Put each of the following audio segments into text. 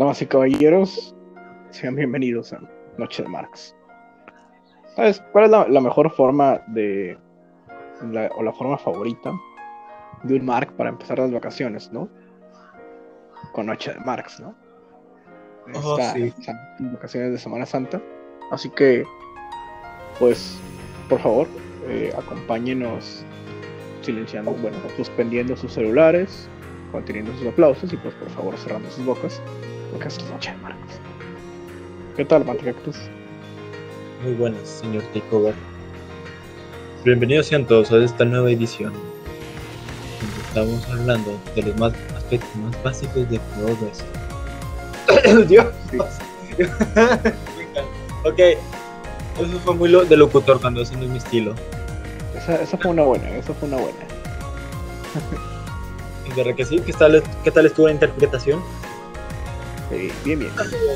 Damas y caballeros, sean bienvenidos a Noche de Marx. ¿Sabes cuál es la mejor forma o la forma favorita de un Marx para empezar las vacaciones, ¿no? Con Noche de Marx, ¿no? Sí. Estas vacaciones de Semana Santa. Así que, pues, por favor, acompáñenos silenciando, suspendiendo sus celulares, conteniendo sus aplausos y, pues, por favor, cerrando sus bocas, porque es Noche de Marx. ¿Qué tal, Mantractus? Muy buenas, señor Takeover. Bienvenidos sean todos a esta nueva edición, donde estamos hablando de los aspectos más básicos de progreso. Dios. Sí. Ok, eso fue muy de locutor cuando ese no es mi estilo. Esa fue una buena. ¿De verdad que sí? ¿Qué tal estuvo la interpretación? Sí, bien.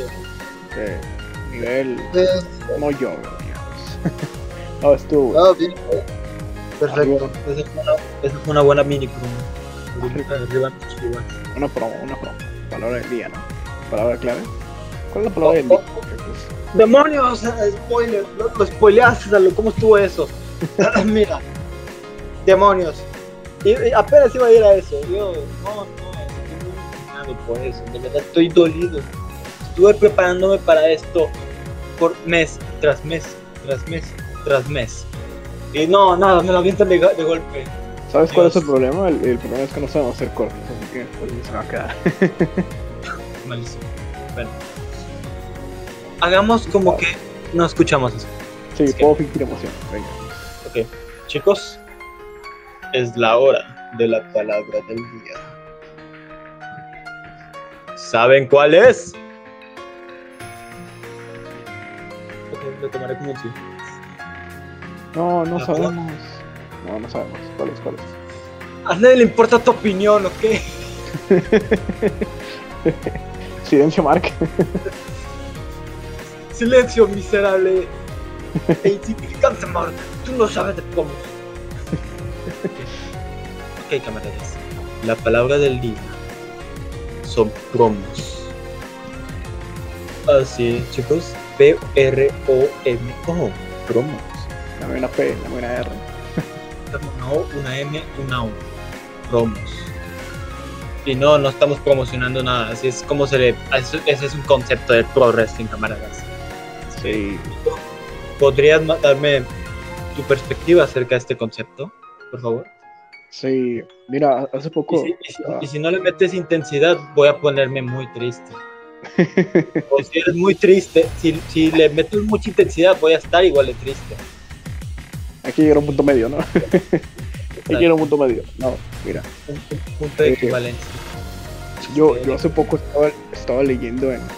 Nivel como yo, digamos. No, estuvo. Bien. Perfecto. Esa fue una buena mini promo. Una promo. Palabra del día, ¿no? Palabra clave. ¿Cuál es la palabra del día? ¡Demonios! Spoiler. Lo spoileaste, ¿cómo estuvo eso? Mira. Demonios. Y apenas iba a ir a eso. Yo, no, estoy muy emocionado por eso. De verdad estoy dolido. Estuve preparándome para esto por mes tras mes. Y nada, me lo avientan de golpe. ¿Sabes cuál es el problema? El problema es que no sabemos hacer cortes, así que pues se va a quedar. Malísimo. Bueno. Hagamos como que no escuchamos eso. Sí, puedo fingir emoción. Venga. Ok, chicos. Es la hora de la palabra del día. ¿Saben cuál es? Ok, lo tomaré como sí. No sabemos. No sabemos. ¿Cuál es? A nadie le importa tu opinión, ¿ok? Silencio, Mark. Silencio, miserable. E insignificante, Mark. Tú no sabes de cómo. Ok, camaradas. La palabra del día son promos. Así, chicos. P-R-O-M-O. Promos. Dame una P, dame una R. Una O, una M, una U. Promos. Y no estamos promocionando nada. Así es como ese es un concepto de pro wrestling, camaradas. Sí. ¿Podrías darme tu perspectiva acerca de este concepto, por favor? Sí, mira, hace poco... Y si no le metes intensidad, voy a ponerme muy triste. O si eres muy triste, si le metes mucha intensidad, voy a estar igual de triste. Aquí llega un punto medio, ¿no? Aquí llega un punto medio. No, mira. Un punto de equivalencia. Yo hace poco estaba leyendo en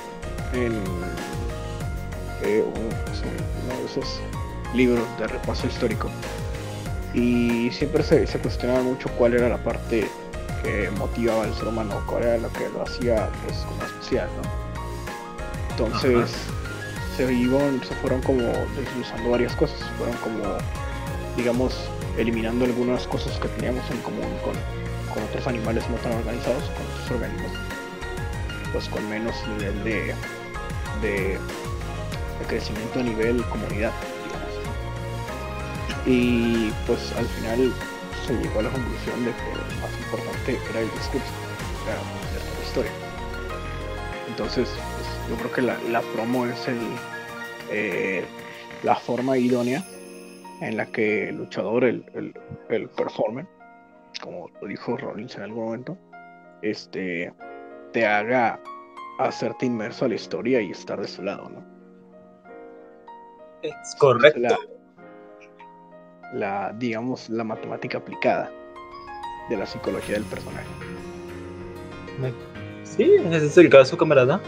uno de esos libros de repaso histórico. Y siempre se cuestionaba mucho cuál era la parte que motivaba al ser humano, cuál era lo que lo hacía pues como especial, ¿no? Entonces se fueron como desglosando varias cosas, fueron como, digamos, eliminando algunas cosas que teníamos en común con otros animales no tan organizados, con otros organismos, pues con menos nivel de crecimiento a nivel comunidad. Y pues al final se llegó a la conclusión de que lo más importante era el discurso, era la historia. Entonces pues, yo creo que la promo es la forma idónea en la que el luchador, el performer, como lo dijo Rollins en algún momento, te haga hacerte inmerso a la historia y estar de su lado, ¿no? Es correcto. Digamos, la matemática aplicada de la psicología del personaje. Sí, ese es el caso, camarada.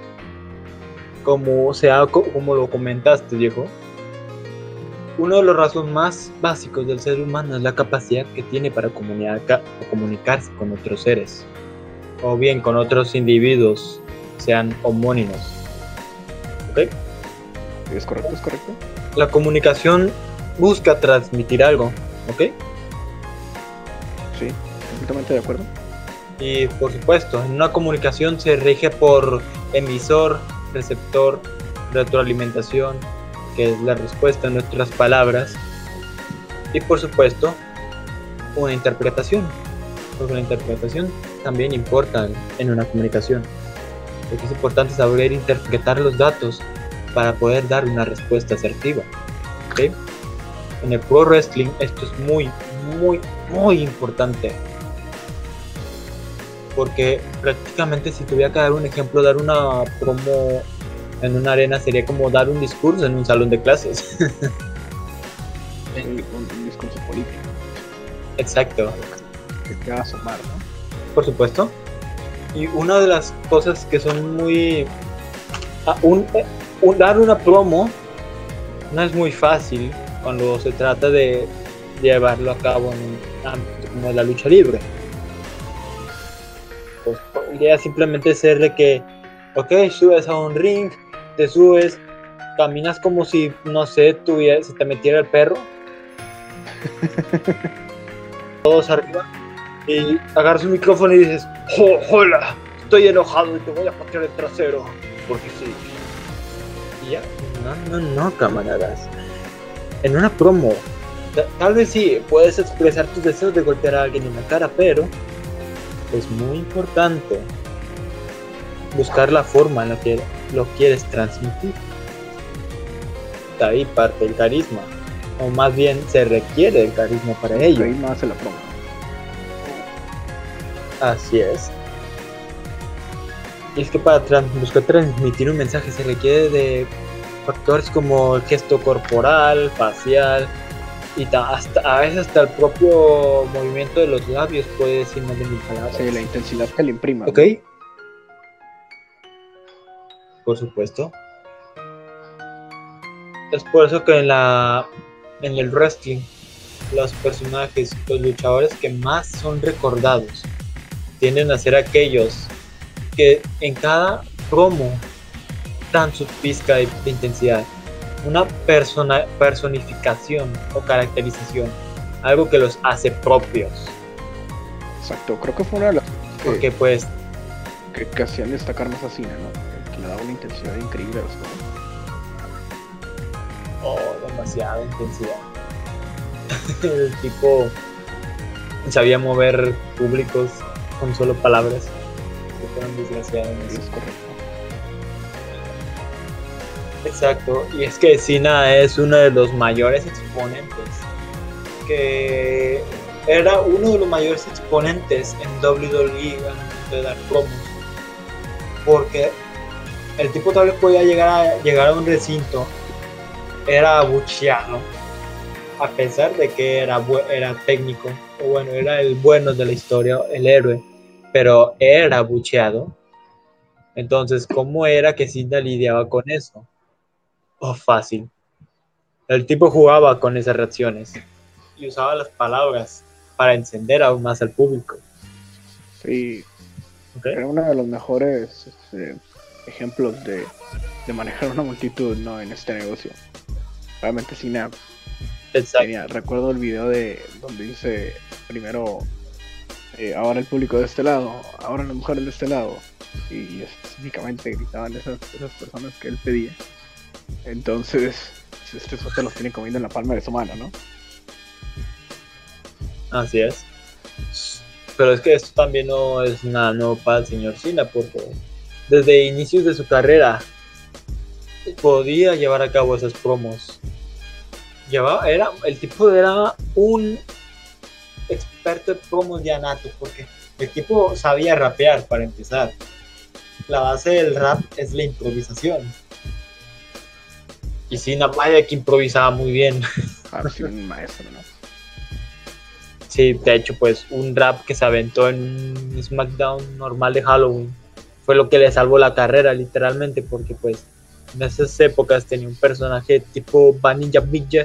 Como lo comentaste, viejo, uno de los rasgos más básicos del ser humano es la capacidad que tiene para comunicarse con otros seres, o bien con otros individuos, sean homónimos. ¿Ok? ¿Es correcto? La comunicación busca transmitir algo, ¿ok? Sí, completamente de acuerdo. Y por supuesto, en una comunicación se rige por emisor, receptor, retroalimentación, que es la respuesta a nuestras palabras, y por supuesto una interpretación, porque la interpretación también importa en una comunicación, porque es importante saber interpretar los datos para poder dar una respuesta asertiva, ¿okay? En el pro wrestling esto es muy importante, porque prácticamente si tuviera que dar un ejemplo, dar una promo en una arena sería como dar un discurso en un salón de clases. Un discurso político. Exacto. Que te va a sumar, ¿no? Por supuesto. Y una de las cosas que son muy... dar una promo no es muy fácil cuando se trata de llevarlo a cabo en un ámbito como la lucha libre. Pues podría simplemente ser de que, ok, subes a un ring, te subes, caminas como si, no sé, se te metiera el perro. Todos arriba. Y agarras un micrófono y dices, hola, estoy enojado y te voy a patear el trasero. Porque sí. Y ya, no, camaradas. En una promo, tal vez sí, puedes expresar tus deseos de golpear a alguien en la cara, pero es muy importante buscar la forma en la que lo quieres transmitir. De ahí parte el carisma, o más bien se requiere el carisma para ello. El carisma hace la promo. Así es. Y es que para buscar transmitir un mensaje se requiere de factores como el gesto corporal, facial, y a veces hasta el propio movimiento de los labios puede decir más de 1000 palabras. Sí, la intensidad que le imprima. ¿Ok? ¿No? Por supuesto. Es por eso que en el wrestling, los personajes, los luchadores que más son recordados tienden a ser aquellos que en cada promo dan su pizca de intensidad, una personificación o caracterización, algo que los hace propios. Exacto, creo que fue una de las porque pues que hacían destacar más a Cena, ¿no? Que le daba una intensidad increíble a los juegos. Demasiada intensidad. El tipo sabía mover públicos con solo palabras que fueron desgraciadamente. Es correcto. Exacto, y es que Cena es uno de los mayores exponentes, que era uno de los mayores exponentes en WWE de dar promos, porque el tipo tal vez podía llegar a un recinto, era abucheado, a pesar de que era técnico, o bueno, era el bueno de la historia, el héroe, pero era abucheado. Entonces, ¿cómo era que Cena lidiaba con eso? Fácil. El tipo jugaba con esas reacciones y usaba las palabras para encender aún más al público. Sí, ¿Okay? Era uno de los mejores ejemplos de manejar una multitud, ¿no? En este negocio. Realmente Cena tenía, recuerdo el video donde dice primero ahora el público de este lado, ahora las mujeres de este lado, y específicamente gritaban esas personas que él pedía. Entonces, este suerte los tiene comiendo en la palma de su mano, ¿no? Así es. Pero es que esto también no es nada nuevo para el señor Cena, porque desde inicios de su carrera podía llevar a cabo esas promos. El tipo era un experto en promos de anato, porque el tipo sabía rapear para empezar. La base del rap es la improvisación. Y Cena, vaya que improvisaba muy bien. Sí, un maestro, ¿no? Sí, de hecho, pues un rap que se aventó en un SmackDown normal de Halloween fue lo que le salvó la carrera, literalmente, porque pues en esas épocas tenía un personaje tipo Vanilla Big Jet,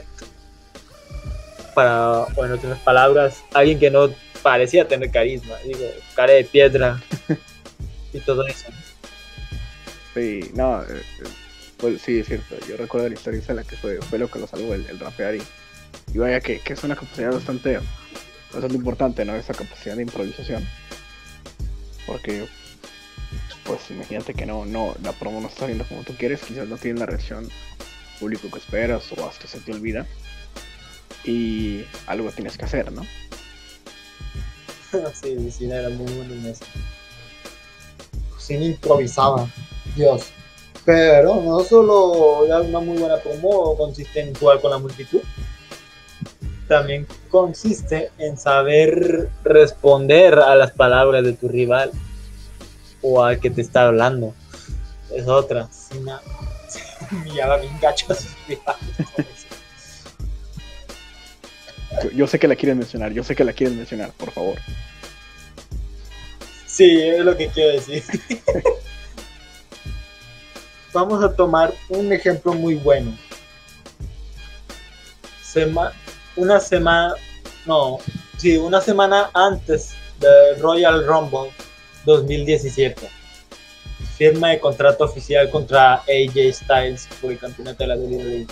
o en otras palabras, alguien que no parecía tener carisma, digo, cara de piedra y todo eso. Sí, no, pues sí, es cierto. Yo recuerdo la historia esa, la que fue lo que lo salvó, el rapear, y vaya que es una capacidad bastante importante, ¿no? Esa capacidad de improvisación, porque pues imagínate que la promo no está saliendo como tú quieres, quizás no tiene la reacción público que esperas o hasta se te olvida y algo tienes que hacer, ¿no? Sí, Cena era muy bueno en eso. Cena improvisaba, Dios. Pero no solo era una muy buena promo consiste en jugar con la multitud, también consiste en saber responder a las palabras de tu rival o al que te está hablando. Es otra. Cena miraba bien gacho a sus rivales. Yo sé que la quieren mencionar, por favor. Sí, es lo que quiero decir. Vamos a tomar un ejemplo muy bueno. Una semana antes de Royal Rumble 2017, firma de contrato oficial contra AJ Styles por el campeonato de la WWE.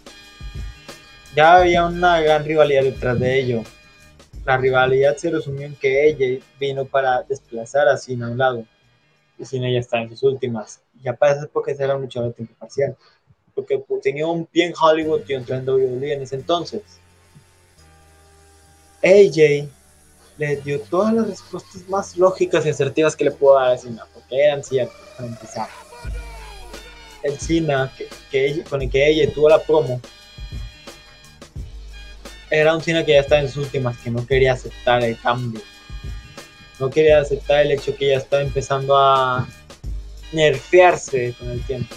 Ya había una gran rivalidad detrás de ello. La rivalidad se resumió en que AJ vino para desplazar a Cena a un lado y Cena ya está en sus últimas. Ya para esas épocas era un luchador de tiempo parcial, porque tenía un pie en Hollywood y entró en WWE en ese entonces. AJ le dio todas las respuestas más lógicas y asertivas que le pudo dar a Cena, porque eran ciertas para empezar. El Cena con el que AJ tuvo la promo era un Cena que ya estaba en sus últimas, que no quería aceptar el cambio, no quería aceptar el hecho que ya estaba empezando a nerfearse con el tiempo.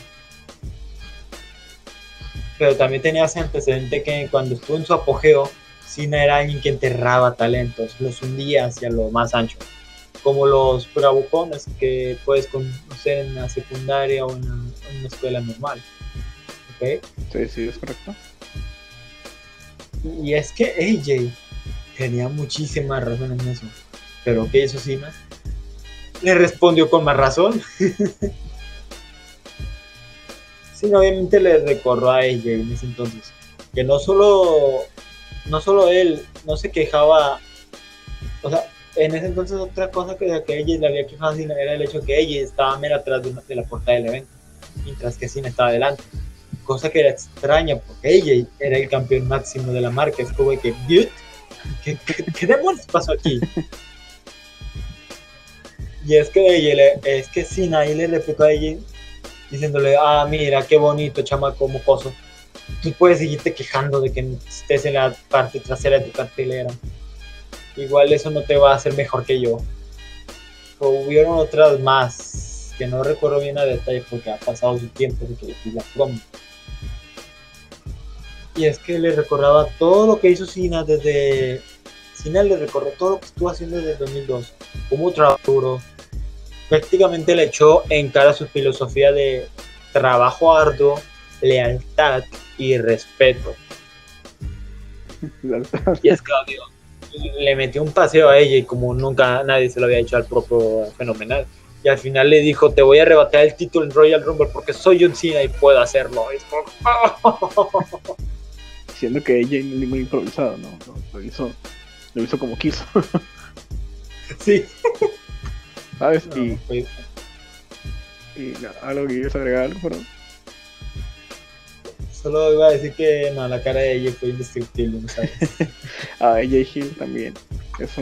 Pero también tenía ese antecedente que cuando estuvo en su apogeo, Cena era alguien que enterraba talentos, los hundía hacia lo más ancho, como los bravucones que puedes conocer en la secundaria o en una escuela normal. ¿Okay? Sí, es correcto. Y es que AJ tenía muchísimas razones en eso, pero ¿qué hizo Cena? Le respondió con más razón. Cena obviamente le recordó a AJ en ese entonces que no solo él no se quejaba, o sea, en ese entonces otra cosa que AJ le había quejado a Cena era el hecho que AJ estaba mera atrás de la portada del evento, mientras que Cena estaba adelante, cosa que era extraña porque AJ era el campeón máximo de la marca. Es como que, dude, ¿qué demonios pasó aquí? Y es que Cena ahí le replicó a AJ diciéndole, mira, qué bonito, chamaco mocoso, tú puedes seguirte quejando de que estés en la parte trasera de tu cartelera, igual eso no te va a hacer mejor que yo. O hubieron otras más que no recuerdo bien a detalle porque ha pasado su tiempo de que le fui la promo. Y es que le recordaba todo lo que hizo Cena Cena le recordó todo lo que estuvo haciendo desde el 2002, como trabajo duro, prácticamente le echó en cara su filosofía de trabajo arduo, lealtad y respeto. Y es que le metió un paseo a ella y como nunca nadie se lo había hecho al propio Fenomenal. Y al final le dijo, te voy a arrebatar el título en Royal Rumble porque soy John Cena y puedo hacerlo. Siendo que ella no es muy improvisado, ¿no? Lo hizo como quiso. Sí. ¿Sabes? No, y algo que quieres agregar, pero solo iba a decir que no, la cara de ella fue indescriptible, ¿no sabes? AJ Hill también es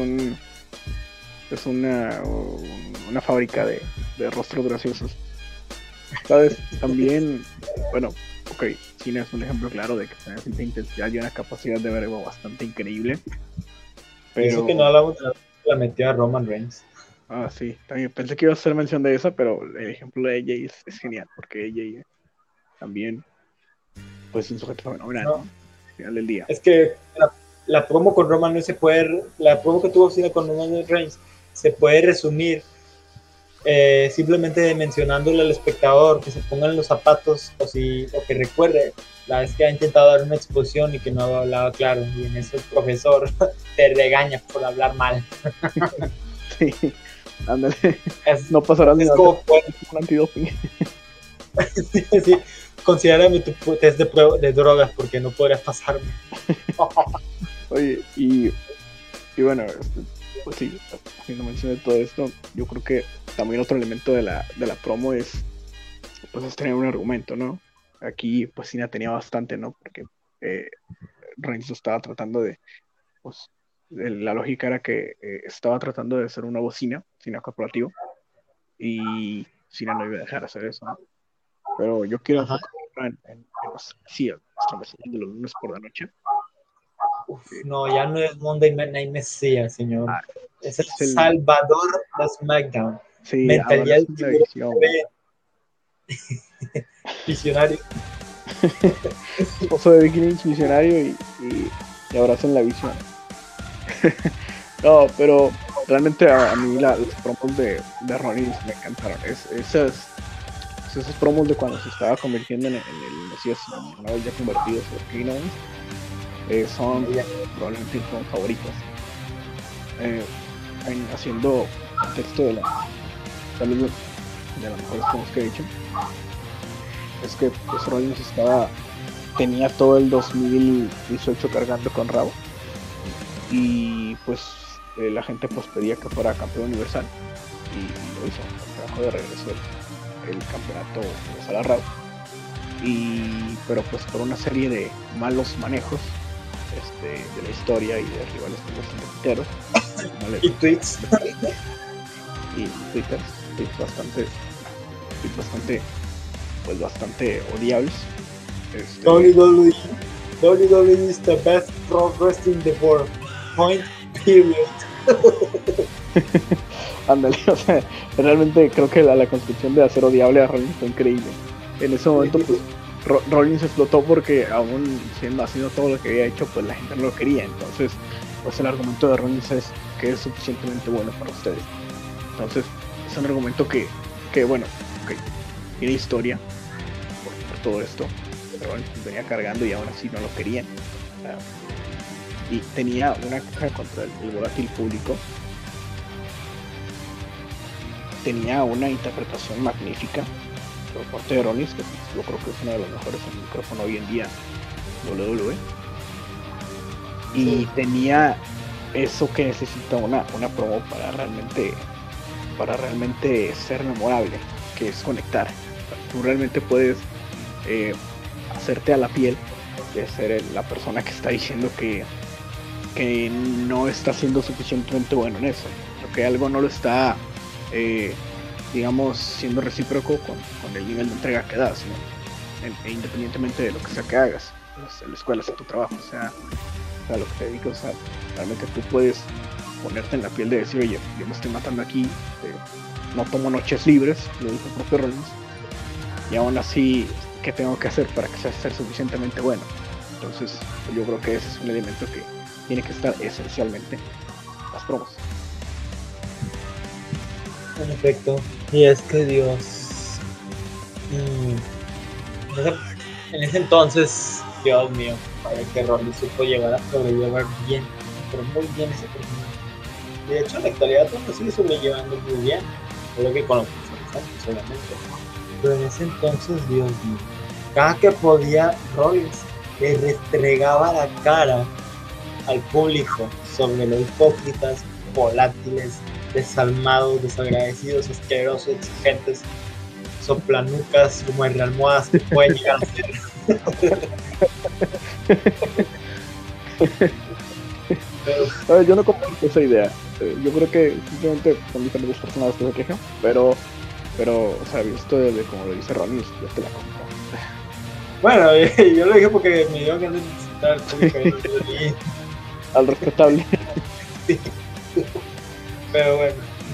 una fábrica de rostros graciosos, ¿sabes? También, bueno, ok, Cena es un ejemplo claro de que tiene cierta intensidad y una capacidad de verbo bastante increíble, pero eso que no hablamos de la metió a Roman Reigns. Sí, también pensé que iba a hacer mención de esa, pero el ejemplo de AJ es genial, porque AJ también pues un sujeto fenomenal, ¿no? Al final del día. Es que la promo con Roman Reigns la promo que tuvo Cena con Roman Reigns se puede resumir simplemente mencionándole al espectador que se pongan los zapatos o que recuerde la vez que ha intentado dar una exposición y que no hablaba claro, y en eso el profesor te regaña por hablar mal. Sí, ándale, no pasará ni como un antidoping. Sí, considérame tu test de drogas porque no podrías pasarme. Oye, y bueno, pues sí, haciendo mención de todo esto, yo creo que también otro elemento de la promo pues es tener un argumento, ¿no? Aquí pues Cena tenía bastante, ¿no? Porque eh, Reigns lo estaba tratando de, pues la lógica era que estaba tratando de ser una bocina, Cena corporativo, y Cena no iba a dejar hacer eso, ¿no? Pero yo quiero Ajá. enfocarme en los, sí, estamos hablando de los lunes por la noche. Uf, no, ya no es Monday Night Messiah, señor. Ah, Es el es el, Salvador de SmackDown. sí, ahora Mentalidad es de una tiburón edición. bebé. Visionario. Esposo de Vicky Lynch, misionario, y abrazo en la visión. No, pero realmente a mí los promos de Rollins me encantaron. Esos promos de cuando se estaba convirtiendo en el Mesías, una vez ya convertido sobre Kevin Owens, son probablemente mis favoritos. Haciendo contexto tal vez de las mejores promos que he hecho, es que pues Rollins tenía todo el 2018 cargando con Raw, y pues la gente pues pedía que fuera campeón universal, y lo hizo, trajo de regreso el campeonato universal a Raw, pero pues por una serie de malos manejos de la historia y de rivales pues, bastante piteros, Y tweets. y bastante pues bastante odiables. WWE. WWE is the best pro wrestling in the world. Point, period. Ándale, o sea, realmente creo que la construcción de hacer odiable a Rollins fue increíble. En ese momento, pues, Rollins explotó porque aún haciendo todo lo que había hecho, pues la gente no lo quería. Entonces, pues el argumento de Rollins es que es suficientemente bueno para ustedes. Entonces, es un argumento que bueno, okay, tiene historia por todo esto. Rollins venía cargando y aún así no lo querían. Y tenía una queja contra el volátil público. Tenía una interpretación magnífica por parte de Rollins, que yo creo que es una de las mejores en el micrófono hoy en día WWE. Y tenía eso que necesita una promo para realmente ser memorable, que es conectar. Tú realmente puedes hacerte a la piel de ser la persona que está diciendo que no está siendo suficientemente bueno en eso, que algo no lo está digamos siendo recíproco con el nivel de entrega que das, ¿no? Independientemente de lo que sea que hagas, pues, en la escuela, sea tu trabajo, sea lo que te dedicas, o sea, realmente tú puedes ponerte en la piel de decir, oye, yo me estoy matando aquí, no tomo noches libres, lo dijo el propio Rollins, y aún así, ¿qué tengo que hacer para que sea ser suficientemente bueno? Entonces, yo creo que ese es un elemento que tiene que estar esencialmente en las promos. En efecto, y es que Dios, en ese entonces, Dios mío, para que Rollins supo llevar a sobrellevar bien, pero muy bien ese personaje. De hecho, en la actualidad lo sigue sobrellevando muy bien, creo que con los personajes solamente. Pero en ese entonces, Dios mío, cada que podía, Rollins le restregaba la cara al público sobre los hipócritas, volátiles, desalmados, desagradecidos, asquerosos, exigentes, soplanucas, como el almohadas que pueden llegar a ser. Pero, yo no comparto esa idea. Yo creo que simplemente son diferentes personas que se quejan, pero o sea, visto de como lo dice Rollins, yo te la compro. Bueno, yo lo dije porque me dio ganas de citar al público y al respetable. Sí. Pero bueno.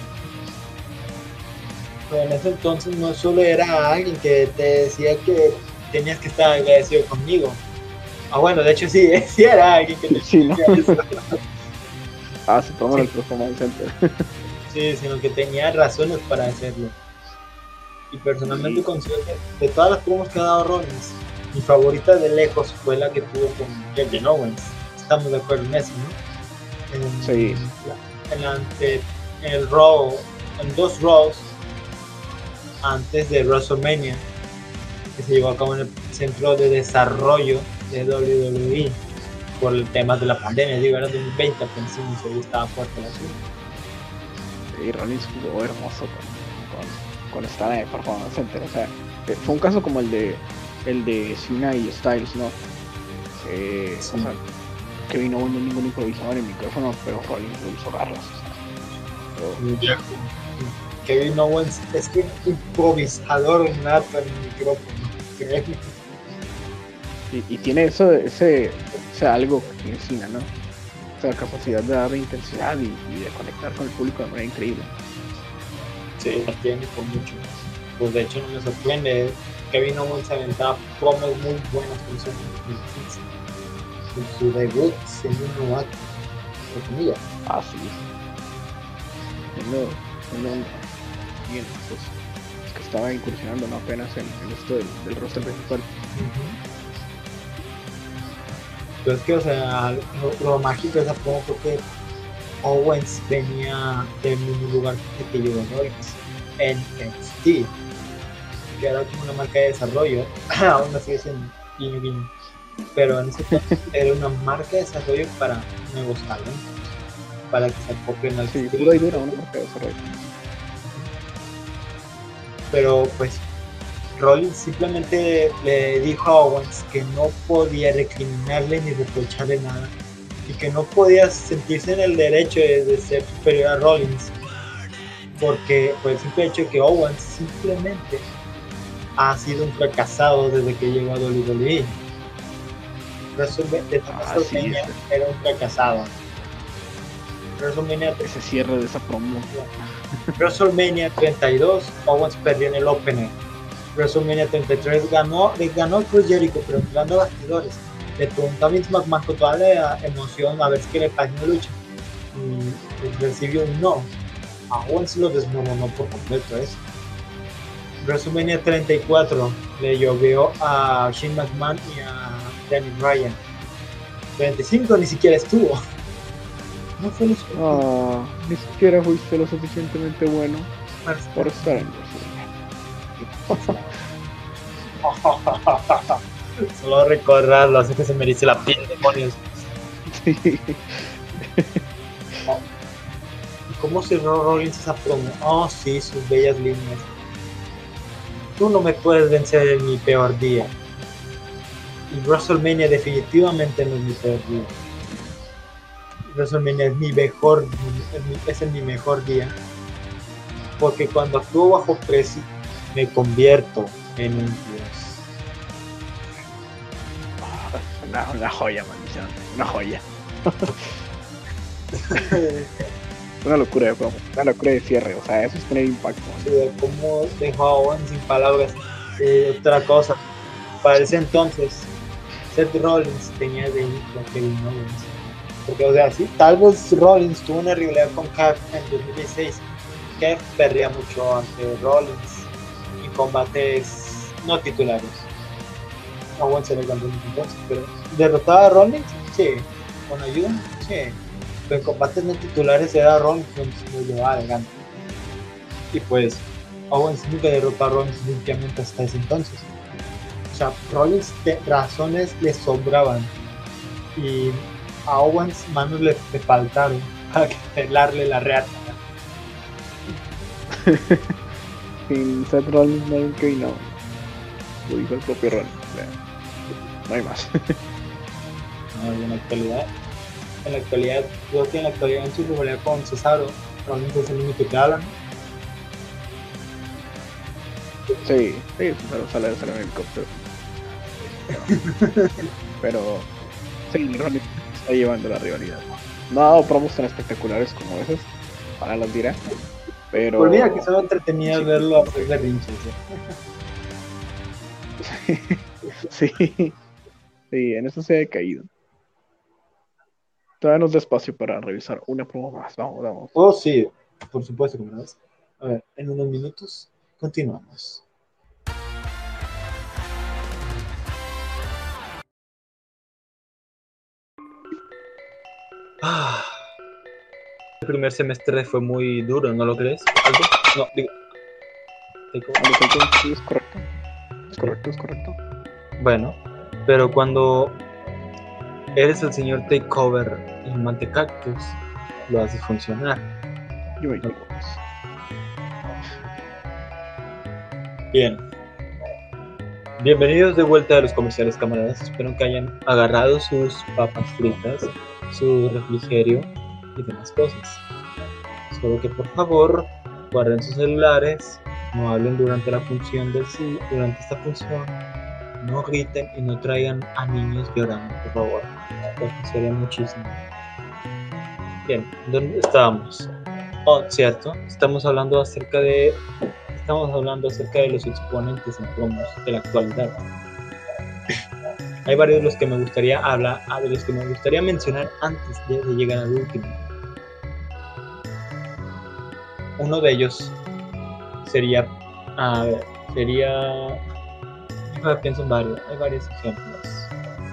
Pero en ese entonces no solo era alguien que te decía que tenías que estar agradecido conmigo. Ah, bueno, de hecho sí era alguien que te decía eso. Se toma el Performance Center. Sí, sino que tenía razones para hacerlo. Y personalmente considero que de todas las promos que ha dado Rollins, mi favorita de lejos fue la que tuvo con Kevin Owens. Estamos de acuerdo en eso, ¿no? Sí. En el Raw, en 2 Raws antes de WrestleMania, que se llevó a cabo en el centro de desarrollo de WWE por el tema de la pandemia, digo, era 2020, pensé que estaba fuerte la ciudad. Sí, Rollins jugó hermoso con estar en el Performance Center. O sea, fue un caso como el de Cena y Styles, ¿no? O sea, Kevin Owens no es ningún improvisador en el micrófono, pero Rollins lo hizo garras. O sea, Kevin Owens es un improvisador nato en el micrófono. Créeme. y tiene ese algo que tiene Cena, ¿no? O sea, la capacidad de dar intensidad y de conectar con el público de manera increíble. Sí, la tiene por mucho. Pues de hecho no me sorprende. Kevin Owens aventaba promos muy buenas con su 2015. En su debut siendo un novato, entre comillas. Así siendo bien, pues, es que estaba incursionando, ¿no? Apenas en esto del roster principal. Pero es que, o sea, lo mágico de esa promo fue que Owens venía del mismo lugar que llegó Rollins, NXT, que era como una marca de desarrollo, aún así es en guiño guiño, pero en ese caso era una marca de desarrollo para nuevos talentos, para que se acoplen al Sí, estilo. pura idea, una marca de desarrollo. Pero pues Rollins simplemente le dijo a Owens que no podía recriminarle ni reprocharle nada y que no podía sentirse en el derecho de ser superior a Rollins, porque por el simple hecho de que Owens simplemente ha sido un fracasado desde que llegó a WWE. WrestleMania era un fracasado. WrestleMania, Ese cierre de esa promo. WrestleMania 32, Owens perdió en el opener. WrestleMania 33 le ganó Chris Jericho, pero entrando a bastidores. Le preguntó a Vince McMahon con toda la emoción a ver si le pasó una lucha. Y recibió un no. A Owens lo desmoronó por completo eso. WrestleMania 34 le llovió a Shane McMahon y a Danny Bryan. 35 ni siquiera estuvo. No fue lo suficiente. Ni siquiera fuiste lo suficientemente bueno por estar en Solo recordarlo hace que se me erice la piel, demonios. Sí. ¿Y cómo cerró Rollins esa promo? Oh, sí, sus bellas líneas. Tú no me puedes vencer en mi peor día. Y WrestleMania definitivamente no es mi peor día. WrestleMania es mi mejor, es mi mejor día. Porque cuando actúo bajo precio, me convierto en un dios. Una joya, maldición. Una joya. Una locura de promo. Una locura de cierre. O sea, eso es tener impacto. Cómo dejó a Owens sin palabras. Otra cosa. Para ese entonces, Seth Rollins tenía de hijo a Kevin Owens. Porque, o sea, sí, tal vez Rollins tuvo una rivalidad con Kev en 2016. Kev perdía mucho ante Rollins en combates no titulares. Owens era el campeón entonces, pero derrotaba a Rollins, sí, con ayuda, sí, pero en combates no titulares era Rollins quien lo llevaba adelante. Y pues Owens nunca derrotó a Rollins limpiamente hasta ese entonces. O sea, Rollins razones le sobraban y a Owens manos le faltaron para pelarle la reata. Sin Seth Rollins no hay un Kevin Owens. Lo dijo el propio Rollins. O sea, no hay más. No, en la actualidad, creo que en la actualidad en su rivalidad con Cesaro, Rollins es el único que habla. Sí, Cesaro sale de ser en el helicóptero. Pero sí, Rollins está llevando la rivalidad. No ha dado promos tan espectaculares como esas, para las dirá. Pero Pues mira que solo entretenía verlo hacer berrinches. Sí, en eso se ha caído. Todavía nos da espacio para revisar una promo más. Vamos. Oh, sí, por supuesto, como ves. A ver, en unos minutos continuamos. El primer semestre fue muy duro, ¿no lo crees? ¿Algo? No, digo. Sí, es correcto. Es correcto. Bueno, pero cuando eres el señor Takeover y Mantecactus, lo haces funcionar. Yo me equivoco. Bien. Bienvenidos de vuelta a los comerciales, camaradas. Espero que hayan agarrado sus papas fritas, su refrigerio y demás cosas. Solo que por favor guarden sus celulares, no hablen durante la función durante esta función, no griten y no traigan a niños llorando, por favor. Porque sería muchísimo. Bien, ¿dónde estábamos? Oh, cierto, estamos hablando acerca de los exponentes en promos de la actualidad. Hay varios de los que me gustaría mencionar antes de llegar al último. Uno de ellos sería, pienso en varios, hay varios ejemplos.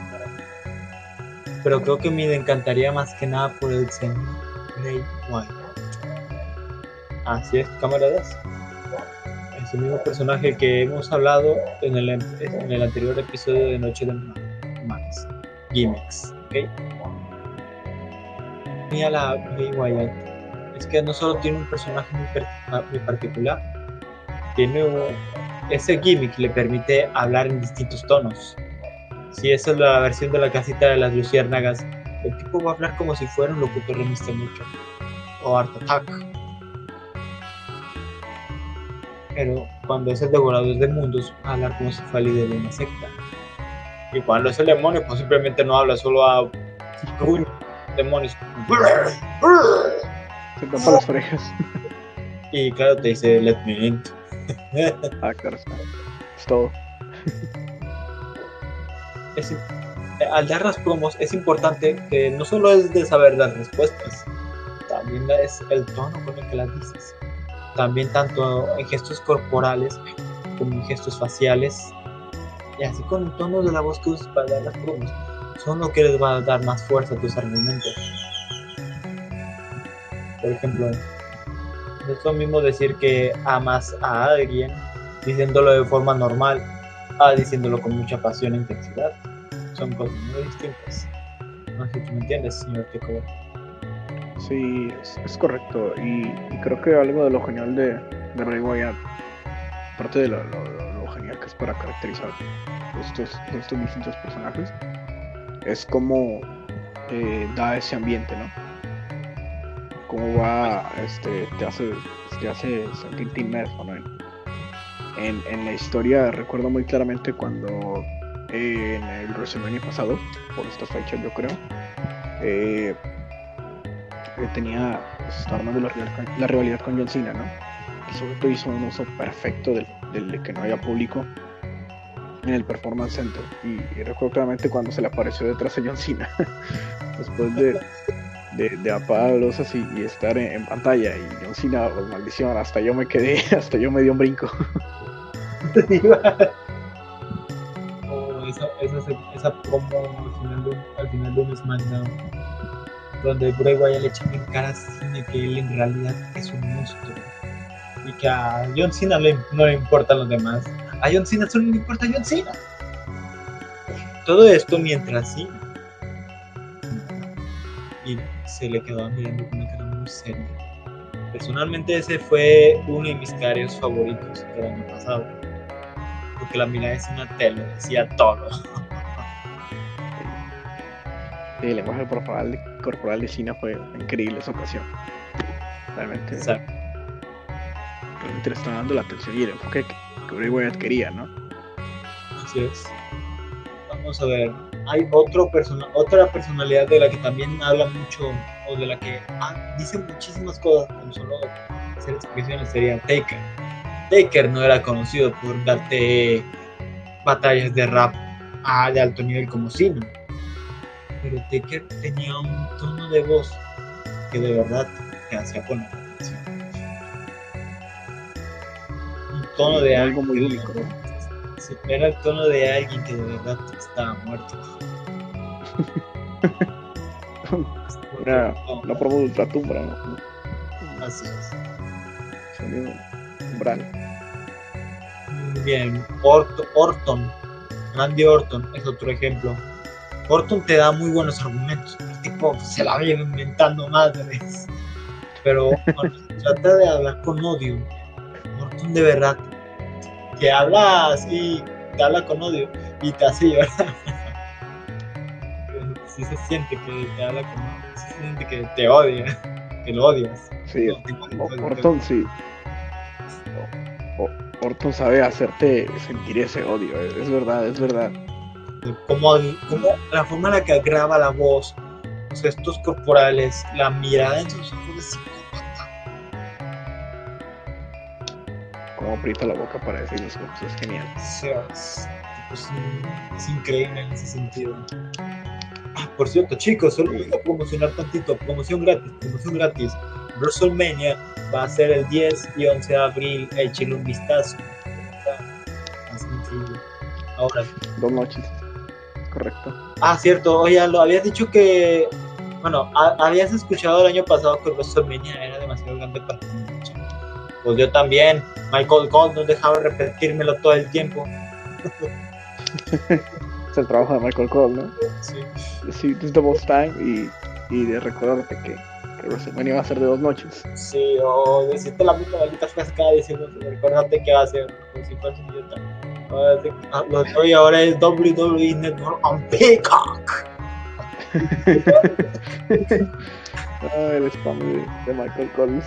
Pero creo que me encantaría más que nada por el señor Bray Wyatt. Así es, camaradas. Es el mismo personaje que hemos hablado en el anterior episodio de Noche de Max. Gimmicks, ¿ok? Mira la Bray Wyatt. Es que no solo tiene un personaje muy particular, ese gimmick le permite hablar en distintos tonos. Si esa es la versión de la casita de las luciérnagas, el tipo va a hablar como si fuera un locutor de Mr. Mucho o Art Attack. Pero cuando es el devorador de mundos, va a hablar como si fuera líder de una secta. Y cuando es el demonio, pues simplemente no habla, solo a demonios. Se tapa las orejas. Y claro, te dice, let me in. Claro, es todo. Al dar las promos es importante que no solo es de saber las respuestas, también es el tono con el que las dices. También tanto en gestos corporales como en gestos faciales, y así con el tono de la voz que usas para dar las promos, son lo que les va a dar más fuerza a tus argumentos. Por ejemplo, no es lo mismo decir que amas a alguien diciéndolo de forma normal a diciéndolo con mucha pasión e intensidad. Son cosas muy distintas. No sé si tú me entiendes, señor Teco. Sí, es correcto. Y creo que algo de lo genial de Bray Wyatt, aparte de lo genial que es para caracterizar estos distintos personajes, es como da ese ambiente, ¿no? Cómo va, te hace sentirte inmerso, ¿no? En la historia recuerdo muy claramente cuando en el WrestleMania pasado, por estas fechas yo creo, estaba armando la rivalidad con John Cena, ¿no? El sujeto hizo un uso perfecto del que no había público en el Performance Center, y recuerdo claramente cuando se le apareció detrás a John Cena después de apagar luces y estar en pantalla, y John Cena, oh, maldición, hasta yo me di un brinco. Esa promo al final de un SmackDown, donde Bray Wyatt le echa en cara a Cena que él en realidad es un monstruo y que a John Cena no le importan los demás. A John Cena solo le importa John Cena. Todo esto mientras Cena y se le quedaba mirando con una cara muy seria. Personalmente ese fue uno de mis careos favoritos del año pasado, porque la mirada de Cena te lo decía todo. El lenguaje corporal de Cena fue increíble esa ocasión. Realmente. Exacto. Realmente le está dando la atención y el enfoque que Bray Wyatt quería, ¿no? Así es. Vamos a ver. Hay otra personalidad de la que también habla mucho, o de la que dice muchísimas cosas, como solo hacer expresiones, sería Taker. Taker no era conocido por darte batallas de rap de alto nivel como Cena, pero Taker tenía un tono de voz que de verdad te hacía poner atención. Un tono de algo muy único, ¿no? Era el tono de alguien que de verdad estaba muerto. Una promo de ultratumba, ¿no? Así es. Sonido umbral. Bien, Randy Orton es otro ejemplo. Orton te da muy buenos argumentos. El tipo se la viene inventando madres. pero cuando se trata de hablar con odio, Orton de verdad te habla así, te habla con odio y te hace llorar. Sí se siente que te habla con odio, sí se siente que te odia, que lo odias. Sí, No, te odias, Orton sí. Orton sabe hacerte sentir ese odio, es verdad, es verdad. como la forma en la que graba la voz, los gestos corporales, la mirada en sus ojos de psicópata. Como aprieta la boca para decir las cosas, es genial. O sea, es increíble en ese sentido. Ah, por cierto, chicos, solo voy a promocionar tantito, promoción gratis. WrestleMania va a ser el 10 y 11 de abril, échenle un vistazo. Así increíble. Ahora, 2 noches, correcto. ah, cierto, oye, lo habías dicho que, bueno, habías escuchado el año pasado que WrestleMania era demasiado grande para ti. Pues yo también, Michael Cole no dejaba de repetírmelo todo el tiempo. Es el trabajo de Michael Cole, ¿no? Sí. Sí, this is the most time y de recordarte que WrestleMania va a ser de 2 noches. Sí, o decirte la misma maldita frase cada 10 segundos. Recuérdate que va a ser como si fueras un idiota. Lo que hoy ahora es WWE Network on Peacock. El spam de Michael Collins.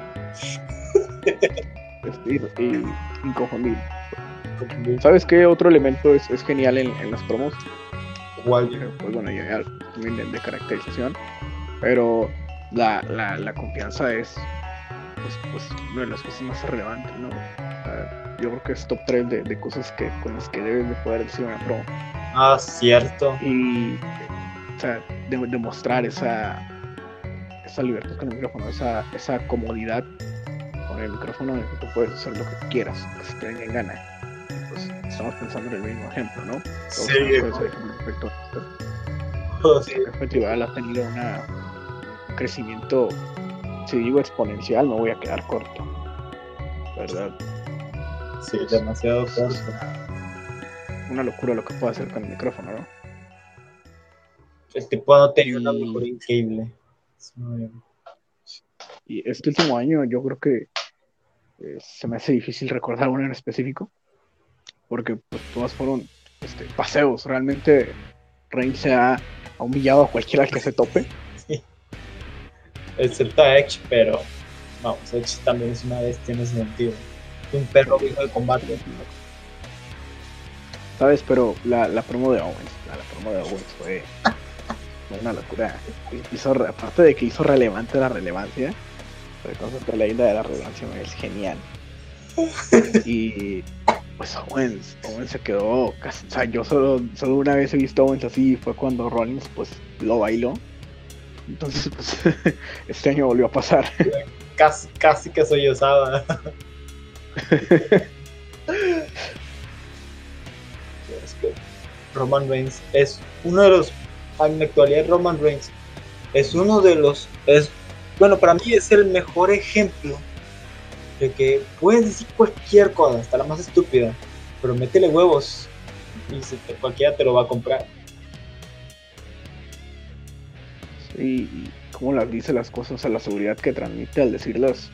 Y inconfundible. ¿Sabes qué otro elemento es genial en las promos? Igual. Pues bueno, ya también de caracterización, pero la confianza es pues una de las cosas más relevantes, ¿no? Yo creo que es top 3 de cosas con las que debes de poder decir una promo. Ah, cierto. Y o sea, demostrar esa libertad con el micrófono, esa comodidad con el micrófono en el que tú puedes hacer lo que quieras, que se te venga en gana. Pues estamos pensando en el mismo ejemplo, ¿no? Sí. Respecto a esto. Oh, sí. El festival ha tenido un crecimiento, si digo exponencial, me voy a quedar corto, ¿verdad? Sí, demasiado corto. Una locura lo que puede hacer con el micrófono, ¿no? El tipo no tenía una mejor increíble. Y este último año yo creo que se me hace difícil recordar uno en específico, porque pues todas fueron paseos. Realmente Reigns se ha humillado a cualquiera que se tope. Sí. Excepto a Edge, pero vamos, Edge también es una bestia en ese sentido. Es un perro viejo de combate. ¿Sabes? Pero la promo de Owens, fue una locura. Aparte de que hizo relevante la relevancia, el concepto de la isla de la relevancia es genial. Y pues Owens se quedó casi, o sea, yo solo una vez he visto a Owens así, fue cuando Rollins pues lo bailó. Entonces pues este año volvió a pasar. Casi que sollozaba. Roman Reigns es uno de los, en la actualidad Roman Reigns es uno de los, bueno, para mí es el mejor ejemplo de que puedes decir cualquier cosa, hasta la más estúpida, pero métele huevos y cualquiera te lo va a comprar. Sí, y cómo las dice las cosas, a la seguridad que transmite al decirlas,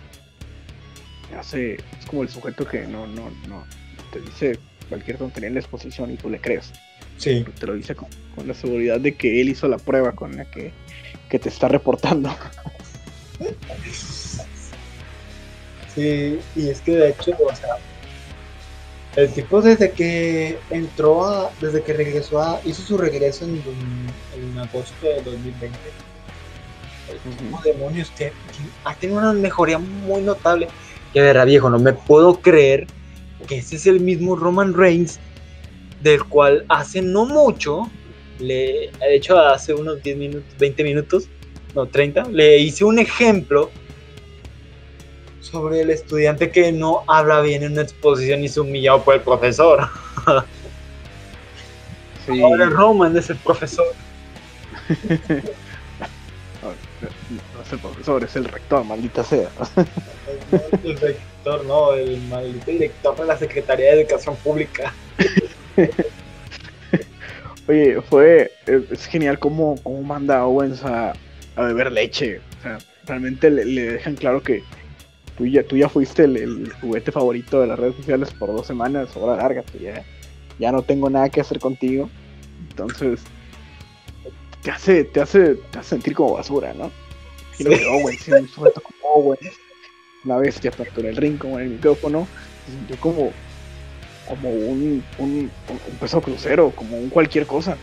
es como el sujeto que no te dice cualquier tontería en la exposición y tú le crees. Sí. Te lo dice con la seguridad de que él hizo la prueba con la que te está reportando. Sí, y es que de hecho, o sea, el tipo desde que hizo su regreso en agosto de 2020, como demonios, que ha tenido una mejoría muy notable. Que de verdad, viejo, no me puedo creer que ese es el mismo Roman Reigns del cual hace no mucho, de hecho hace unos 10 minutos, 20 minutos, no, 30, le hice un ejemplo sobre el estudiante que no habla bien en una exposición y se humillado por el profesor. Sí. Ahora Roman es el profesor. No es el profesor, es el rector, maldita sea. El rector, no, el maldito director de la Secretaría de Educación Pública. Oye, es genial cómo manda a Owens a beber leche. O sea, realmente le dejan claro que tú ya fuiste el juguete favorito de las redes sociales por 2 semanas, ahora lárgate, ya no tengo nada que hacer contigo. Entonces, te hace sentir como basura, ¿no? Sí. Imagino que Owen, si un sujeto como Owen, una bestia tanto en el ring como en el micrófono, se sintió como un peso crucero, como un cualquier cosa.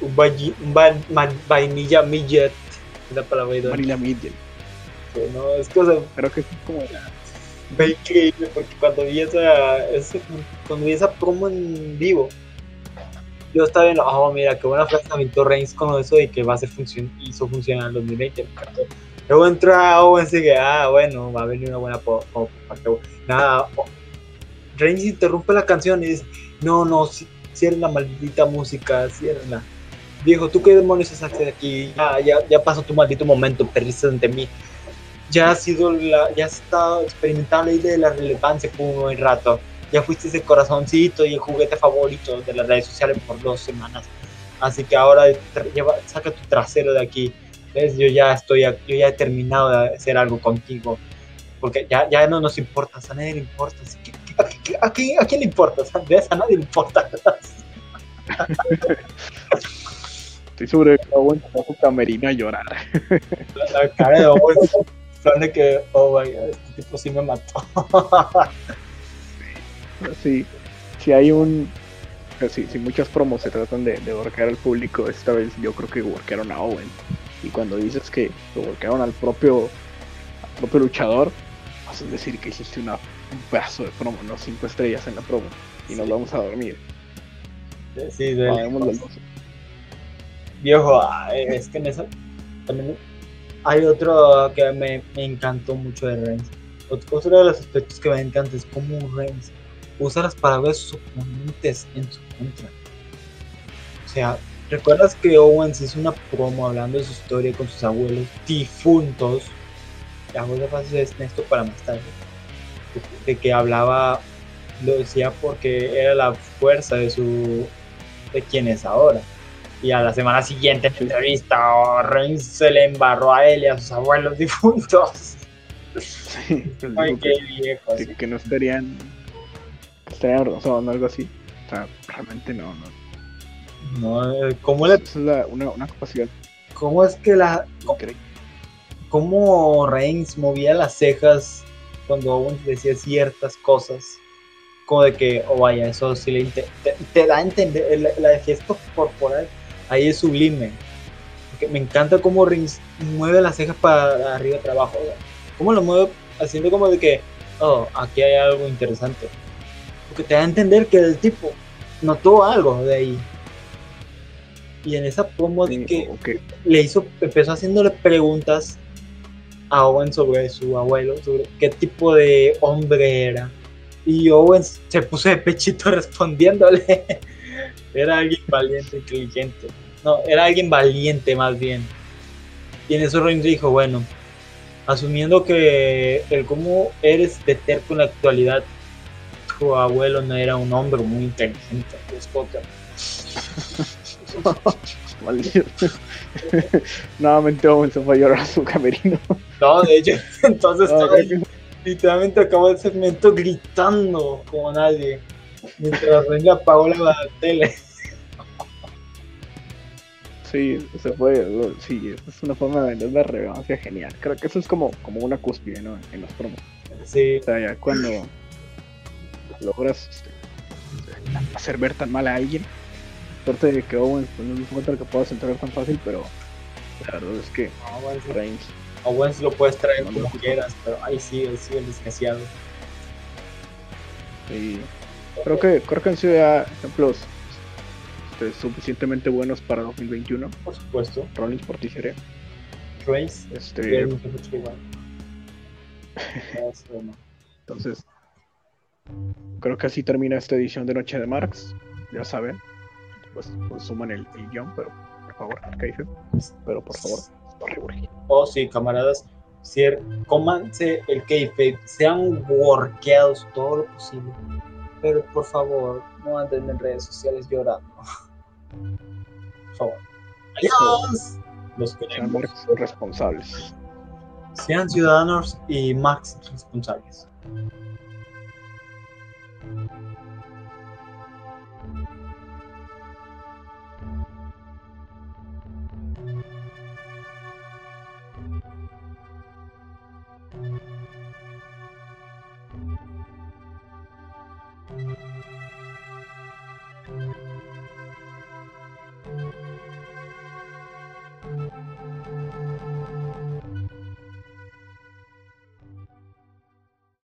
Vainilla midget. Es la palabra idónea. Manila Midget. Sí, no, es cosa Creo que es como fue increíble porque cuando vi esa promo en vivo, yo estaba viendo, oh, mira, qué buena frase aventó Reigns con eso de que va a ser hizo funcionar en 2020. Luego entra Owen y dice, bueno, va a venir una buena nada, Reigns interrumpe la canción y dice, no, cierren la maldita música, ciérrenla. Viejo, ¿tú qué demonios haces aquí? Ya pasó tu maldito momento, perdiste ante mí. Ya has estado experimentando la idea de la relevancia por un buen rato. Ya fuiste ese corazoncito y el juguete favorito de las redes sociales por 2 semanas. Así que ahora saca tu trasero de aquí. ¿Ves? Yo ya he terminado de hacer algo contigo. Porque ya no nos importa, a nadie le importa. ¿A quién le importa? A nadie le importa. Estoy seguro que Owen fue a su camerino a llorar. La cara de Owen, plan de que, oh vaya, este tipo sí me mató. Sí, si muchas promos se tratan de workear al público, esta vez yo creo que workearon a Owen. Y cuando dices que lo workearon al propio luchador, vas a decir que hiciste un pedazo de promo, ¿no? 5 estrellas en la promo. Y nos vamos a dormir. Sí, Apagamos las luces. Viejo, es que en eso también hay otro que me encantó mucho de Reigns. Otro de los aspectos que me encanta es cómo Reigns usa las palabras de sus oponentes en su contra. O sea, ¿recuerdas que Owens hizo una promo hablando de su historia con sus abuelos difuntos? La voz de fácil es esto para más tarde. De que hablaba, lo decía porque era la fuerza de quien es ahora. Y a la semana siguiente en la entrevista, Reigns se le embarró a él y a sus abuelos difuntos. Sí, Ay, qué viejo. Que no estarían rosados o algo así. O sea, realmente no. No, Esa es una capacidad ¿cómo es que increíble. cómo Reigns movía las cejas cuando Owens decía ciertas cosas? Como de que, vaya, eso sí te da a entender, el gesto corporal ahí es sublime. Porque me encanta cómo Reigns mueve las cejas para arriba y para abajo. Cómo lo mueve haciendo como de que, aquí hay algo interesante. Porque te da a entender que el tipo notó algo de ahí. Y en esa promo de que empezó haciéndole preguntas a Owen sobre su abuelo, sobre qué tipo de hombre era. Y Owen se puso de pechito respondiéndole. Era alguien valiente, inteligente. No, era alguien valiente más bien. Y en eso Reigns dijo, bueno, asumiendo que el cómo eres de terco en la actualidad, tu abuelo no era un hombre muy inteligente, Scott. Nuevamente Owen se fue a llorar a su camerino. No, de hecho, entonces literalmente acabó el segmento gritando como nadie mientras Reigns apagó la tele. Sí, se fue. Sí, es una forma de vender la relevancia genial. Creo que eso es como una cúspide, ¿no? En los promos. Sí. O sea, ya cuando logras hacer ver tan mal a alguien, suerte de que Owens pues, no es un que puedas entrar tan fácil, pero la verdad es que Reigns. Owens lo puedes traer como quieras, pero ahí sí el desgraciado. Sí. Creo que han sido ya ejemplos suficientemente buenos para 2021. Por supuesto. Rollins por ti sería. Reigns. Entonces, creo que así termina esta edición de Noche de Marks. Ya saben, pues suman el guión, pero por favor, Kaife. Pero por favor, sí, camaradas, cómanse el kayfabe, sean workeados todo lo posible, pero por favor, no anden en redes sociales llorando. Por favor. Adiós. Los queremos. Sean responsables. sean ciudadanos y más responsables.